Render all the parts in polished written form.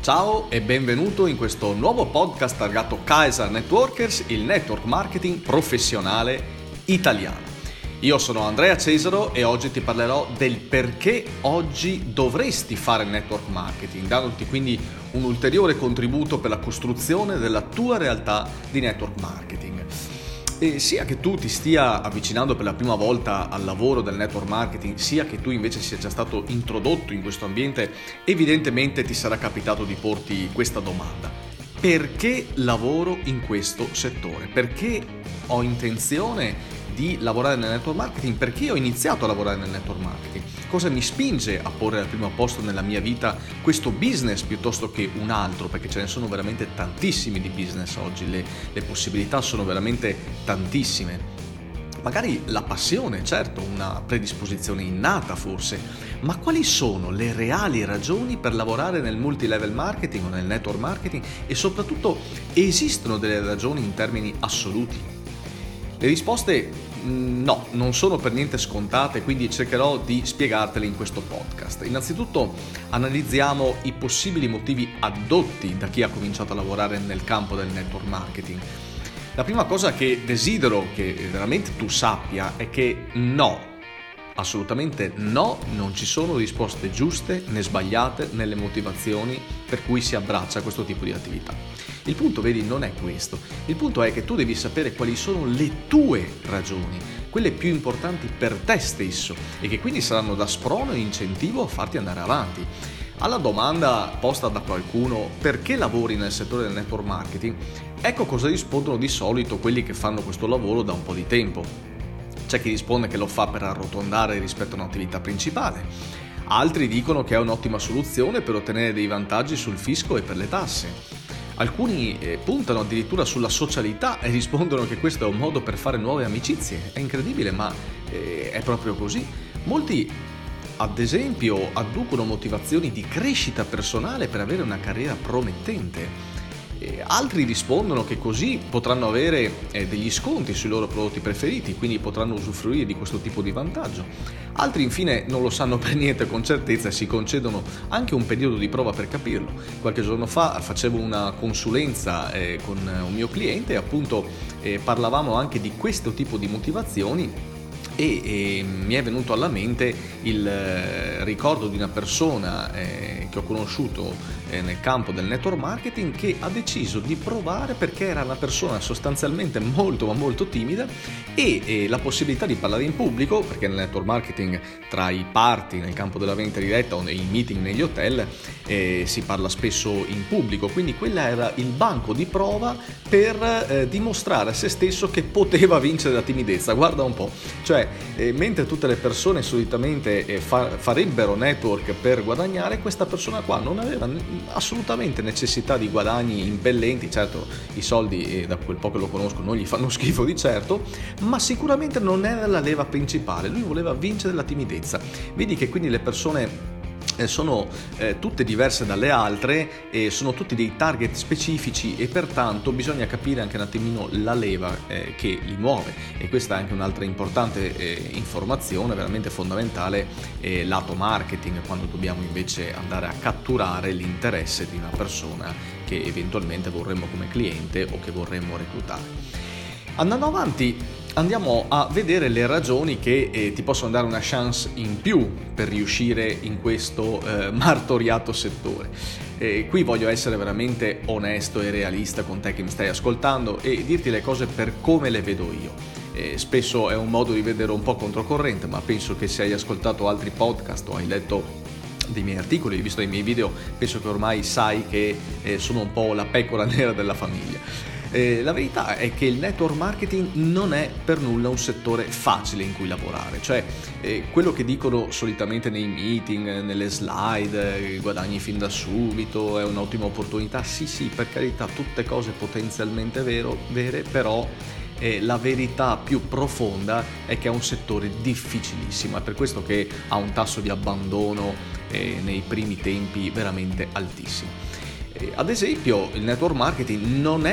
Ciao e benvenuto in questo nuovo podcast targato Kaiser Networkers, il network marketing professionale italiano. Io sono Andrea Cesaro e oggi ti parlerò del perché oggi dovresti fare network marketing, dandoti quindi un ulteriore contributo per la costruzione della tua realtà di network marketing. E sia che tu ti stia avvicinando per la prima volta al lavoro del network marketing, sia che tu invece sia già stato introdotto in questo ambiente, evidentemente ti sarà capitato di porti questa domanda: perché lavoro in questo settore? Perché ho intenzione di lavorare nel network marketing? Perché ho iniziato a lavorare nel network marketing? Cosa mi spinge a porre al primo posto nella mia vita questo business piuttosto che un altro? Perché ce ne sono veramente tantissimi di business oggi, le possibilità sono veramente tantissime. Magari la passione, certo, una predisposizione innata forse, ma quali sono le reali ragioni per lavorare nel multilevel marketing o nel network marketing? E soprattutto, esistono delle ragioni in termini assoluti? Le risposte no, non sono per niente scontate, quindi cercherò di spiegartele in questo podcast. Innanzitutto analizziamo i possibili motivi addotti da chi ha cominciato a lavorare nel campo del network marketing. La prima cosa che desidero che veramente tu sappia è che no, assolutamente no, non ci sono risposte giuste né sbagliate nelle motivazioni per cui si abbraccia questo tipo di attività. Il punto, vedi, non è questo. Il punto è che tu devi sapere quali sono le tue ragioni, quelle più importanti per te stesso, e che quindi saranno da sprono e incentivo a farti andare avanti. Alla domanda posta da qualcuno: perché lavori nel settore del network marketing? Ecco cosa rispondono di solito quelli che fanno questo lavoro da un po' di tempo. C'è chi risponde che lo fa per arrotondare rispetto a un'attività principale. Altri dicono che è un'ottima soluzione per ottenere dei vantaggi sul fisco e per le tasse. Alcuni puntano addirittura sulla socialità e rispondono che questo è un modo per fare nuove amicizie. È incredibile, ma è proprio così. Molti, ad esempio, adducono motivazioni di crescita personale per avere una carriera promettente. Altri rispondono che così potranno avere degli sconti sui loro prodotti preferiti, quindi potranno usufruire di questo tipo di vantaggio. Altri infine non lo sanno per niente con certezza e si concedono anche un periodo di prova per capirlo. Qualche giorno fa facevo una consulenza con un mio cliente e appunto parlavamo anche di questo tipo di motivazioni. E mi è venuto alla mente il ricordo di una persona che ho conosciuto nel campo del network marketing, che ha deciso di provare, perché era una persona sostanzialmente molto ma molto timida, e la possibilità di parlare in pubblico, perché nel network marketing tra i party nel campo della vendita diretta o nei meeting negli hotel si parla spesso in pubblico, quindi quella era il banco di prova per dimostrare a se stesso che poteva vincere la timidezza. Guarda un po', cioè mentre tutte le persone solitamente farebbero network per guadagnare, questa persona qua non aveva assolutamente necessità di guadagni impellenti. Certo, i soldi, da quel po' che lo conosco, non gli fanno schifo di certo, ma sicuramente non era la leva principale. Lui voleva vincere la timidezza. Vedi che quindi le persone sono tutte diverse dalle altre, sono tutti dei target specifici, e pertanto bisogna capire anche un attimino la leva che li muove. E questa è anche un'altra importante informazione veramente fondamentale lato marketing, quando dobbiamo invece andare a catturare l'interesse di una persona che eventualmente vorremmo come cliente o che vorremmo reclutare. Andando avanti, andiamo a vedere le ragioni che ti possono dare una chance in più per riuscire in questo martoriato settore. Qui voglio essere veramente onesto e realista con te che mi stai ascoltando e dirti le cose per come le vedo io. Spesso è un modo di vedere un po' controcorrente, ma penso che se hai ascoltato altri podcast o hai letto dei miei articoli, hai visto dei miei video, penso che ormai sai che sono un po' la pecora nera della famiglia. La verità è che il network marketing non è per nulla un settore facile in cui lavorare, cioè quello che dicono solitamente nei meeting, nelle slide, guadagni fin da subito, è un'ottima opportunità, sì, per carità, tutte cose potenzialmente vere, però la verità più profonda è che è un settore difficilissimo, è per questo che ha un tasso di abbandono nei primi tempi veramente altissimo. Ad esempio, il network marketing non è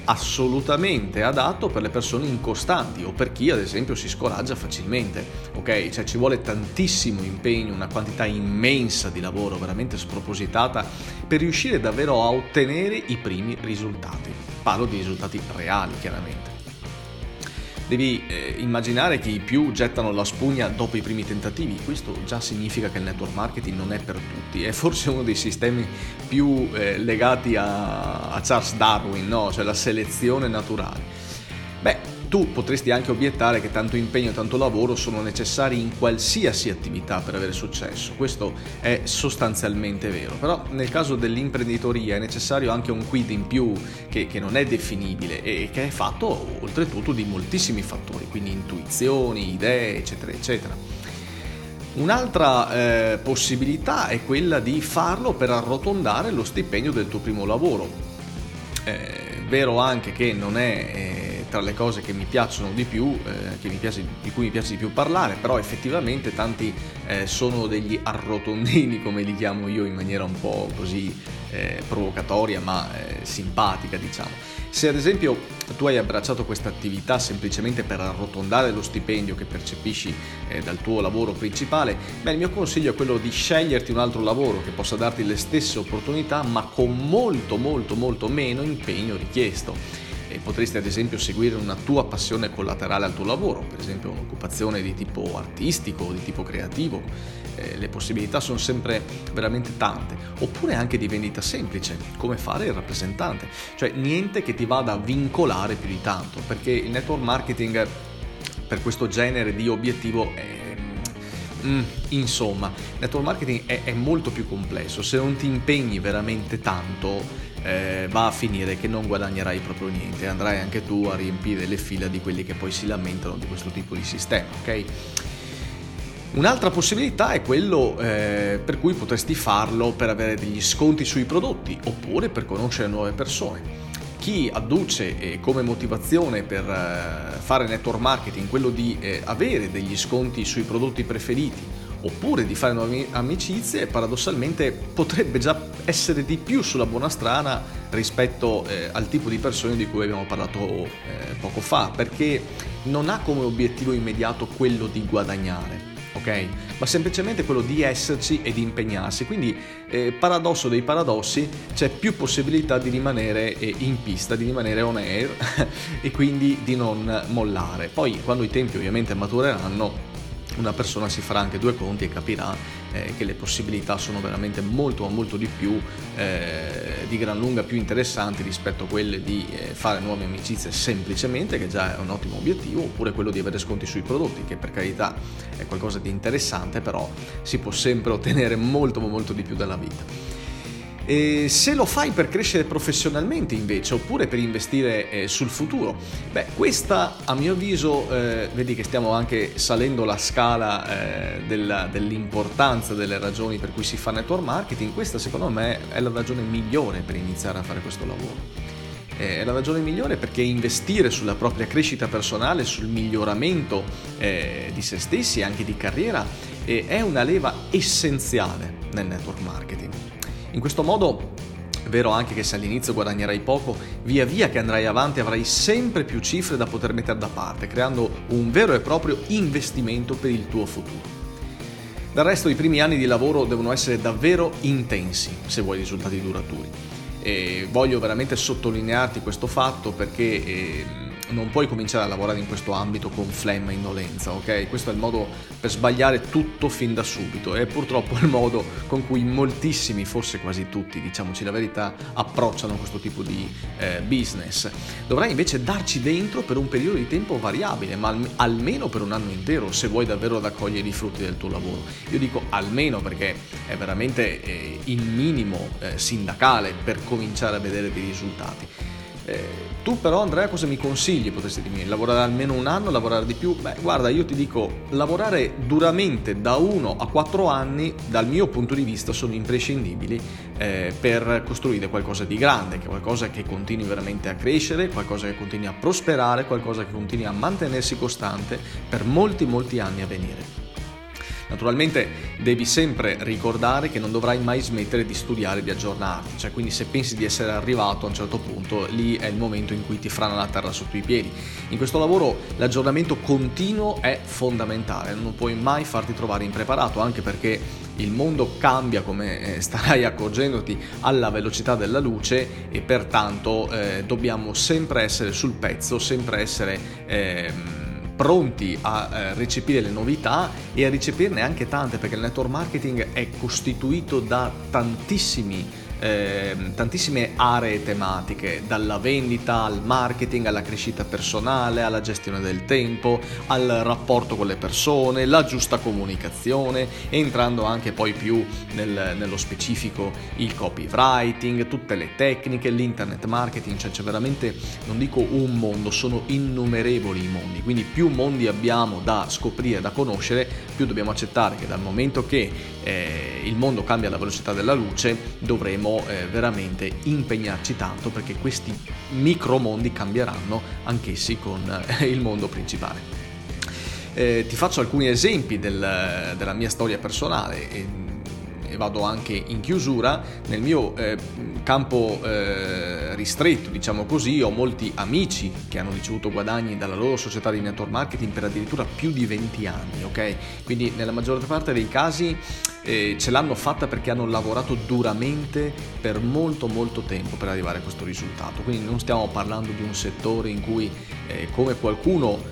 assolutamente adatto per le persone incostanti o per chi ad esempio si scoraggia facilmente, ok? Cioè ci vuole tantissimo impegno, una quantità immensa di lavoro veramente spropositata per riuscire davvero a ottenere i primi risultati. Parlo di risultati reali, chiaramente. Devi immaginare che i più gettano la spugna dopo i primi tentativi. Questo già significa che il network marketing non è per tutti, è forse uno dei sistemi più legati a Charles Darwin, no? Cioè la selezione naturale. Beh, tu potresti anche obiettare che tanto impegno e tanto lavoro sono necessari in qualsiasi attività per avere successo. Questo è sostanzialmente vero, però nel caso dell'imprenditoria è necessario anche un quid in più che non è definibile e che è fatto oltretutto di moltissimi fattori, quindi intuizioni, idee, eccetera, eccetera. Un'altra possibilità è quella di farlo per arrotondare lo stipendio del tuo primo lavoro. Vero anche che non è tra le cose che mi piacciono di più, di cui mi piace di più parlare, però effettivamente tanti sono degli arrotondini, come li chiamo io in maniera un po' così provocatoria ma simpatica, diciamo. Se ad esempio tu hai abbracciato questa attività semplicemente per arrotondare lo stipendio che percepisci dal tuo lavoro principale, beh, il mio consiglio è quello di sceglierti un altro lavoro che possa darti le stesse opportunità ma con molto meno impegno richiesto. E potresti ad esempio seguire una tua passione collaterale al tuo lavoro, per esempio un'occupazione di tipo artistico o di tipo creativo. Le possibilità sono sempre veramente tante, oppure anche di vendita semplice, come fare il rappresentante, cioè niente che ti vada a vincolare più di tanto, perché il network marketing per questo genere di obiettivo insomma, il network marketing è molto più complesso. Se non ti impegni veramente tanto va a finire che non guadagnerai proprio niente, andrai anche tu a riempire le fila di quelli che poi si lamentano di questo tipo di sistema, ok? Un'altra possibilità è quello per cui potresti farlo per avere degli sconti sui prodotti oppure per conoscere nuove persone. Chi adduce come motivazione per fare network marketing quello di avere degli sconti sui prodotti preferiti oppure di fare nuove amicizie, paradossalmente potrebbe già essere di più sulla buona strada rispetto al tipo di persone di cui abbiamo parlato poco fa, perché non ha come obiettivo immediato quello di guadagnare, ok? Ma semplicemente quello di esserci e di impegnarsi. Quindi paradosso dei paradossi, c'è più possibilità di rimanere in pista, di rimanere on air e quindi di non mollare. Poi quando i tempi ovviamente matureranno, una persona si farà anche due conti e capirà che le possibilità sono veramente molto di più, di gran lunga più interessanti rispetto a quelle di fare nuove amicizie semplicemente, che già è un ottimo obiettivo, oppure quello di avere sconti sui prodotti, che per carità è qualcosa di interessante, però si può sempre ottenere molto di più dalla vita. E se lo fai per crescere professionalmente invece, oppure per investire sul futuro, beh, questa a mio avviso, vedi che stiamo anche salendo la scala dell'importanza delle ragioni per cui si fa network marketing. Questa secondo me è la ragione migliore per iniziare a fare questo lavoro. È la ragione migliore perché investire sulla propria crescita personale, sul miglioramento di se stessi e anche di carriera è una leva essenziale nel network marketing. In questo modo, è vero anche che se all'inizio guadagnerai poco, via via che andrai avanti avrai sempre più cifre da poter mettere da parte, creando un vero e proprio investimento per il tuo futuro. Del resto, i primi anni di lavoro devono essere davvero intensi se vuoi risultati duraturi. E voglio veramente sottolinearti questo fatto perché non puoi cominciare a lavorare in questo ambito con flemma e indolenza, ok? Questo è il modo per sbagliare tutto fin da subito e purtroppo è il modo con cui moltissimi, forse quasi tutti, diciamoci la verità, approcciano questo tipo di business. Dovrai invece darci dentro per un periodo di tempo variabile, ma almeno per un anno intero, se vuoi davvero raccogliere i frutti del tuo lavoro. Io dico almeno perché è veramente il minimo sindacale per cominciare a vedere dei risultati. Tu però, Andrea, cosa mi consigli? Potresti dirmi lavorare almeno un anno, lavorare di più? Beh, guarda, io ti dico, lavorare duramente da 1 a 4 anni dal mio punto di vista sono imprescindibili per costruire qualcosa di grande, qualcosa che continui veramente a crescere, qualcosa che continui a prosperare, qualcosa che continui a mantenersi costante per molti anni a venire. Naturalmente devi sempre ricordare che non dovrai mai smettere di studiare e di aggiornarti, cioè quindi se pensi di essere arrivato a un certo punto, lì è il momento in cui ti frana la terra sotto i piedi. In questo lavoro l'aggiornamento continuo è fondamentale, non puoi mai farti trovare impreparato, anche perché il mondo cambia, come starai accorgendoti, alla velocità della luce, e pertanto dobbiamo sempre essere sul pezzo, sempre essere pronti a recepire le novità e a recepirne anche tante, perché il network marketing è costituito da tantissime aree tematiche, dalla vendita al marketing, alla crescita personale, alla gestione del tempo, al rapporto con le persone, la giusta comunicazione, entrando anche poi più nello specifico il copywriting, tutte le tecniche, l'internet marketing, cioè c'è veramente, non dico un mondo, sono innumerevoli i mondi, quindi più mondi abbiamo da scoprire, da conoscere, più dobbiamo accettare che dal momento che il mondo cambia alla velocità della luce dovremo veramente impegnarci tanto, perché questi micromondi cambieranno anch'essi con il mondo principale. Ti faccio alcuni esempi della mia storia personale e vado anche in chiusura. Nel mio campo ristretto, diciamo così, ho molti amici che hanno ricevuto guadagni dalla loro società di network marketing per addirittura più di 20 anni, ok? Quindi nella maggior parte dei casi ce l'hanno fatta perché hanno lavorato duramente per molto tempo per arrivare a questo risultato. Quindi non stiamo parlando di un settore in cui come qualcuno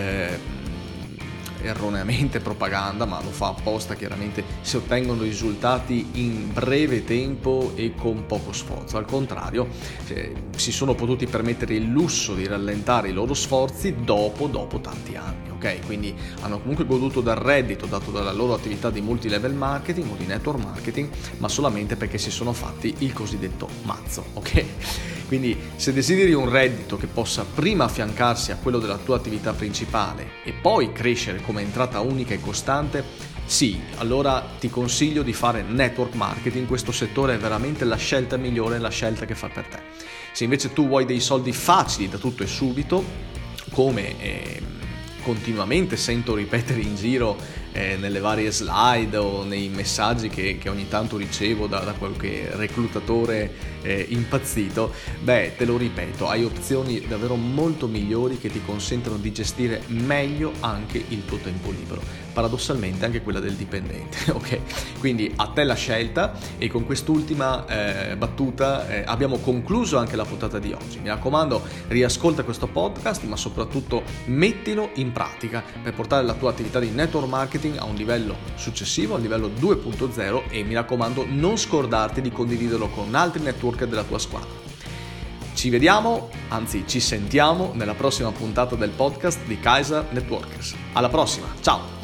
erroneamente propaganda, ma lo fa apposta, chiaramente si ottengono risultati in breve tempo e con poco sforzo. Al contrario, si sono potuti permettere il lusso di rallentare i loro sforzi dopo tanti anni, ok? Quindi hanno comunque goduto del reddito dato dalla loro attività di multilevel marketing o di network marketing, ma solamente perché si sono fatti il cosiddetto mazzo, ok? Quindi se desideri un reddito che possa prima affiancarsi a quello della tua attività principale e poi crescere come entrata unica e costante, sì, allora ti consiglio di fare network marketing. Questo settore è veramente la scelta migliore, la scelta che fa per te. Se invece tu vuoi dei soldi facili da tutto e subito, come continuamente sento ripetere in giro nelle varie slide o nei messaggi che ogni tanto ricevo da qualche reclutatore impazzito, te lo ripeto, hai opzioni davvero molto migliori che ti consentono di gestire meglio anche il tuo tempo libero, paradossalmente anche quella del dipendente, ok? Quindi a te la scelta, e con quest'ultima battuta abbiamo concluso anche la puntata di oggi. Mi raccomando, riascolta questo podcast, ma soprattutto mettilo in pratica per portare la tua attività di network marketing a un livello successivo, a un livello 2.0, e mi raccomando non scordarti di condividerlo con altri networker della tua squadra. Ci vediamo, anzi ci sentiamo nella prossima puntata del podcast di Kaiser Networkers. Alla prossima, ciao!